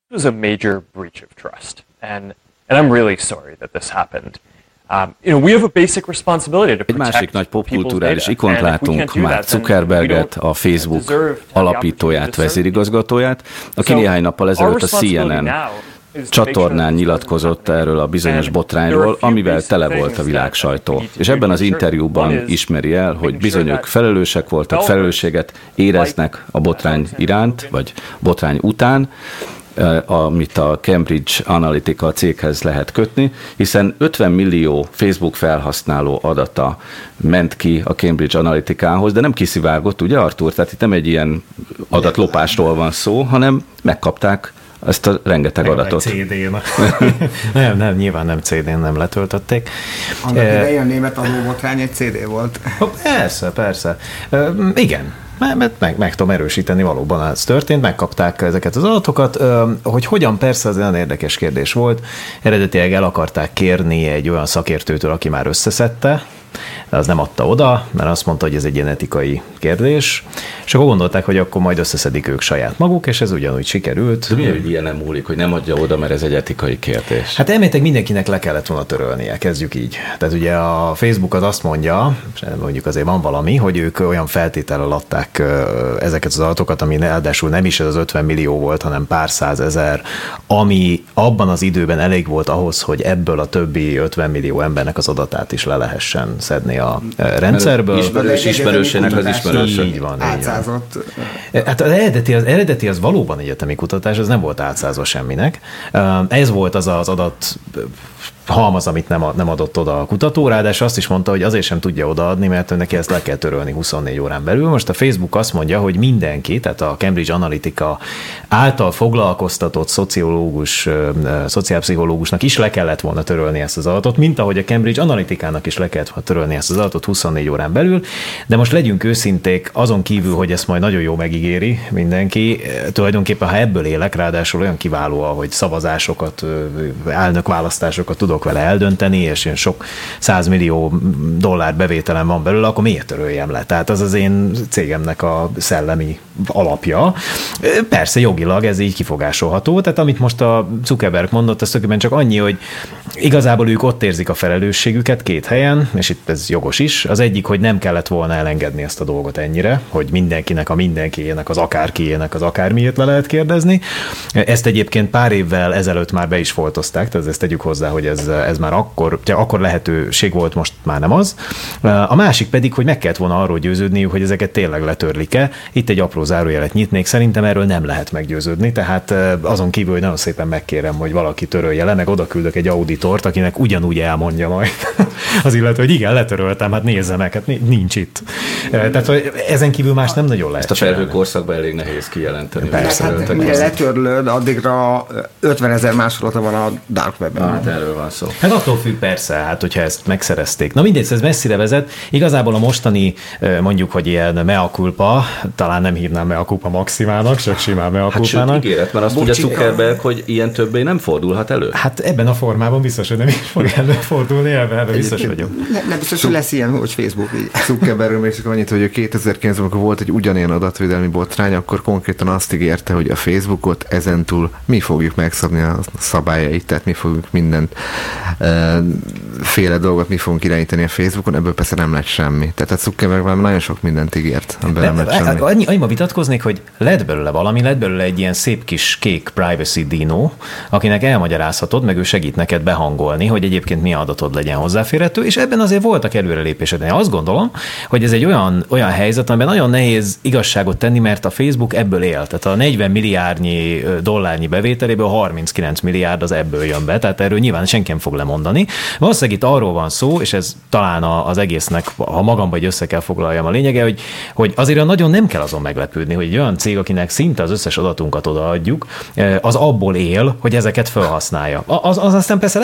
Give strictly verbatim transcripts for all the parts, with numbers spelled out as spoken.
It was a major breach of trust, and and I'm really sorry that this happened. Um, you know, we have a basic responsibility to protect. Egy másik nagy popkulturális ikont látunk, Mark Zuckerberget, a Facebook alapítóját, vezérigazgatóját, aki néhány nappal ezelőtt a C N N csatornán nyilatkozott erről a bizonyos botrányról, amivel tele volt a világ sajtó. És ebben az interjúban ismeri el, hogy bizonyos felelősek voltak, felelősséget éreznek a botrány iránt, vagy botrány után, amit a Cambridge Analytica céghez lehet kötni, hiszen ötven millió Facebook felhasználó adata ment ki a Cambridge Analyticához, de nem kiszivárgott, ugye Artur? Tehát itt nem egy ilyen adatlopásról van szó, hanem megkapták ezt a rengeteg nem adatot. cé dén. nem, nem, nyilván nem cé dén nem letöltötték. Annak e... idején a német adóbotrány egy cé dé volt. Persze, persze. E, igen. Mert meg, meg tudom erősíteni, valóban ez történt, megkapták ezeket az adatokat, hogy hogyan, persze az olyan érdekes kérdés volt, eredetileg el akarták kérni egy olyan szakértőtől, aki már összeszedte, de az nem adta oda, mert azt mondta, hogy ez egy ilyen etikai kérdés, és akkor gondolták, hogy akkor majd összeszedik ők saját maguk, és ez ugyanúgy sikerült. De mi, hogy ilyen nem múlik, hogy nem adja oda, mert ez egy etikai kérdés? Hát elméletek mindenkinek le kellett volna törölnie, kezdjük így. Tehát ugye a Facebook az azt mondja, mondjuk azért van valami, hogy ők olyan feltétellel adták ezeket az adatokat, ami ráadásul nem is ez az ötven millió volt, hanem pár százezer, ami abban az időben elég volt ahhoz, hogy ebből a többi ötven millió embernek az adatát is le lehessen szedni a rendszerből. Ismerős ismerősének az ismerősök. Így van. Átszázott. Hát az eredeti, az eredeti az valóban egyetemi kutatás, az nem volt átszázva semminek. Ez volt az az adat halmaz, amit nem, nem adott oda a kutató, ráadásul azt is mondta, hogy azért sem tudja odaadni, mert neki ezt le kell törölni huszonnégy órán belül. Most a Facebook azt mondja, hogy mindenki, tehát a Cambridge Analytica által foglalkoztatott szociológus, szociálpszichológusnak is le kellett volna törölni ezt az adatot, mint ahogy a Cambridge Analyticának is le kellett volna törölni ezt az adatot huszonnégy órán belül, de most legyünk őszinték, azon kívül, hogy ezt majd nagyon jó megígéri mindenki, tulajdonképpen ha ebből élek, ráadásul olyan kiváló, hogy szavazásokat, elnökválasztásokat tudok vele eldönteni, és én sok százmillió dollár bevételem van belőle, akkor miért töröljem le? Tehát az az én cégemnek a szellemi alapja. Persze jogilag ez így kifogásolható, tehát amit most a Zuckerberg mondott, az tökéletesen csak annyi, hogy igazából ők ott érzik a felelősségüket két helyen, és itt ez jogos is. Az egyik, hogy nem kellett volna elengedni ezt a dolgot ennyire, hogy mindenkinek a mindenkiének, az akárkiének, az akármiért le lehet kérdezni. Ezt egyébként pár évvel ezelőtt már be is foltozták, tehát ezt tegyük hozzá, hogy ez, ez már akkor, akkor lehetőség volt, most már nem az. A másik pedig, hogy meg kellett volna arról győződniük, hogy ezeket tényleg letörlik-e. Itt egy apró zárójelet nyitnék, szerintem erről nem lehet meggyőződni, tehát azon kívül, hogy nagyon szépen megkérem, hogy valaki törölje le, meg oda küldök egy auditort, akinek ugyanúgy elmondja majd az illető, hogy igen, letöröltem, hát nézze meg, hát nincs itt. Tehát hogy ezen kívül más nem nagyon lehet. Ezt a felhőkorszakban elég nehéz kijelenteni. Persze. Hát, mire letörlöd, addigra ötvenezer másolata van a dark webben. Hát erről van szó. Hát attól függ persze, hát hogyha ezt megszerezték. Na mindegy, ez messzire vezet. Igazából a mostani, mondjuk, hogy ilyen mea culpa, talán nem hívnám mea culpa maximának, csak simán mea culpának. Hát sőt, ígéret, mert azt mondja Zuckerberg, hogy ilyen többé nem fordulhat elő. Hát ebben a formában biztos, hogy nem is fog előfordulni, ebben biztos vagyok. Nem ne biztos, hogy lesz ilyen, hogy Facebook így. Zuckerberg még csak annyit, hogy a kétezer-kilencben, amikor volt egy ugyanilyen adatvédelmi botrány, akkor konkrétan azt ígérte, hogy a Facebookot ezentúl mi fogjuk megszabni a szabályait, tehát mi fogjuk mindent e, féle dolgot mi fogunk irányítani a Facebookon, ebből persze nem lett semmi. Tehát a Zuckerberg már nagyon sok mindent ígért, ebből nem lett semmi. Annyi, annyiba vitatkoznék, hogy lett belőle valami, lett belőle egy ilyen szép kis kék privacy dino, akinek elmagyarázhatod, meg ő segít neked behangolni, hogy egyébként milyen adatod legyen hozzáférhető, és ebben azért voltak előrelépések. Én azt gondolom, hogy ez egy olyan, olyan helyzet, amiben nagyon nehéz igazságot tenni, mert a Facebook ebből él. Tehát a negyven milliárdnyi dollárnyi bevételéből harminckilenc milliárd az ebből jön be, tehát erről nyilván senki nem fog lemondani. Valószínűleg itt arról van szó, és ez talán az egésznek, ha magamba egy össze kell foglaljam a lényege, hogy, hogy azért nagyon nem kell azon meglepődni, hogy egy olyan cég, akinek szinte az összes adatunkat odaadjuk, az abból él, hogy ezeket felhasználja. Az, az aztán persze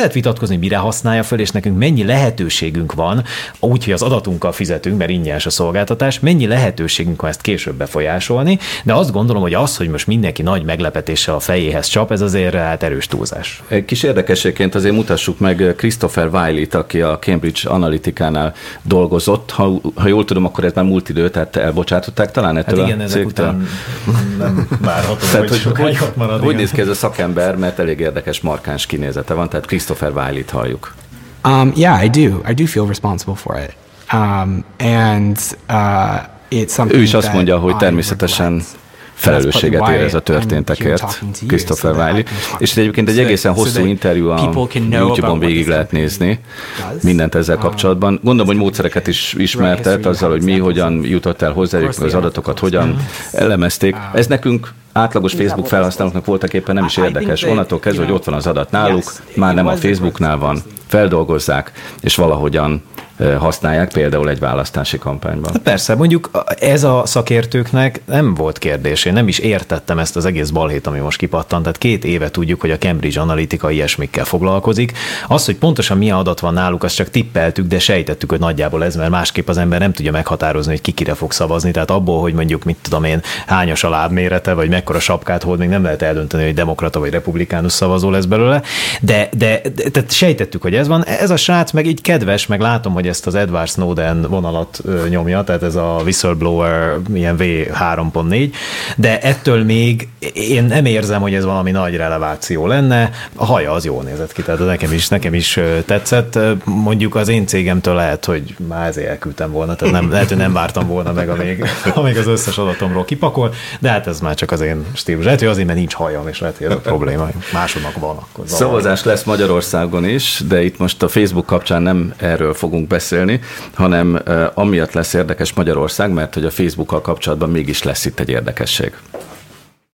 lehet vitatkozni, mire használja föl, és nekünk mennyi lehetőségünk van, úgyhogy az adatunkkal fizetünk, mert ingyenes a szolgáltatás, mennyi lehetőségünk van ezt később befolyásolni, de azt gondolom, hogy az, hogy most mindenki nagy meglepetéssel a fejéhez csap, ez azért hát erős túlzás. Egy kis érdekességként azért mutassuk meg Christopher Wiley-t, aki a Cambridge Analytica-nál dolgozott. Ha, ha jól tudom, akkor ez már múlt idő, tehát elbocsátották talán ettől hát igen, a ezek után nem várható, tehát, hogy sokáig marad. Hogy néz ki ez a szakember, mert elég érdekes, markáns kinézete van, tehát Christopher Wiley-t halljuk. Um, yeah, I do. I do feel responsible for it. Um, and uh, it's something. Ő is azt mondja, hogy természetesen felelősséget érez a történtekért, Christopher Wiley. És egyébként egy egészen hosszú interjú a YouTube-on végig lehet nézni mindent ezzel kapcsolatban. Gondolom, hogy módszereket is ismertet azzal, hogy mi hogyan jutott el hozzájuk, az adatokat hogyan elemezték. Ez nekünk átlagos Facebook felhasználóknak voltak éppen nem is érdekes. Onnantól kezdve, hogy ott van az adat náluk, már nem a Facebooknál van, feldolgozzák, és valahogyan használják például egy választási kampányban. Persze, mondjuk ez a szakértőknek nem volt kérdés. Én nem is értettem ezt az egész balhét, ami most kipattant. Tehát két éve tudjuk, hogy a Cambridge Analytica ilyesmikkel foglalkozik. Az, hogy pontosan milyen adat van náluk, azt csak tippeltük, de sejtettük, hogy nagyjából ez, mert másképp az ember nem tudja meghatározni, hogy ki kire fog szavazni. Tehát abból, hogy mondjuk, mit tudom én, hányas a lábmérete, vagy mekkora sapkát hold, még nem lehet eldönteni, hogy demokrata vagy republikánus szavazó lesz belőle. De, de, de tehát sejtettük, hogy ez van. Ez a srác meg így kedves, meg látom, hogy ezt az Edward Snowden vonalat ö, nyomja, tehát ez a whistleblower ilyen vé három pont négy, de ettől még én nem érzem, hogy ez valami nagy releváció lenne. A haja az jól nézett ki, tehát nekem is, nekem is tetszett. Mondjuk az én cégemtől lehet, hogy már ezért elküldtem volna, tehát nem, lehet, hogy nem vártam volna meg, amíg, amíg az összes adatomról kipakol, de hát ez már csak az én stílus. Lehet, hogy azért, mert nincs hajam, és lehet, hogy ez a probléma. Másodnak van. Akkor szavazás lesz Magyarországon is, de itt most a Facebook kapcsán nem erről fogunk beszélni, hanem uh, amiatt lesz érdekes Magyarország, mert hogy a Facebookkal kapcsolatban mégis lesz itt egy érdekesség.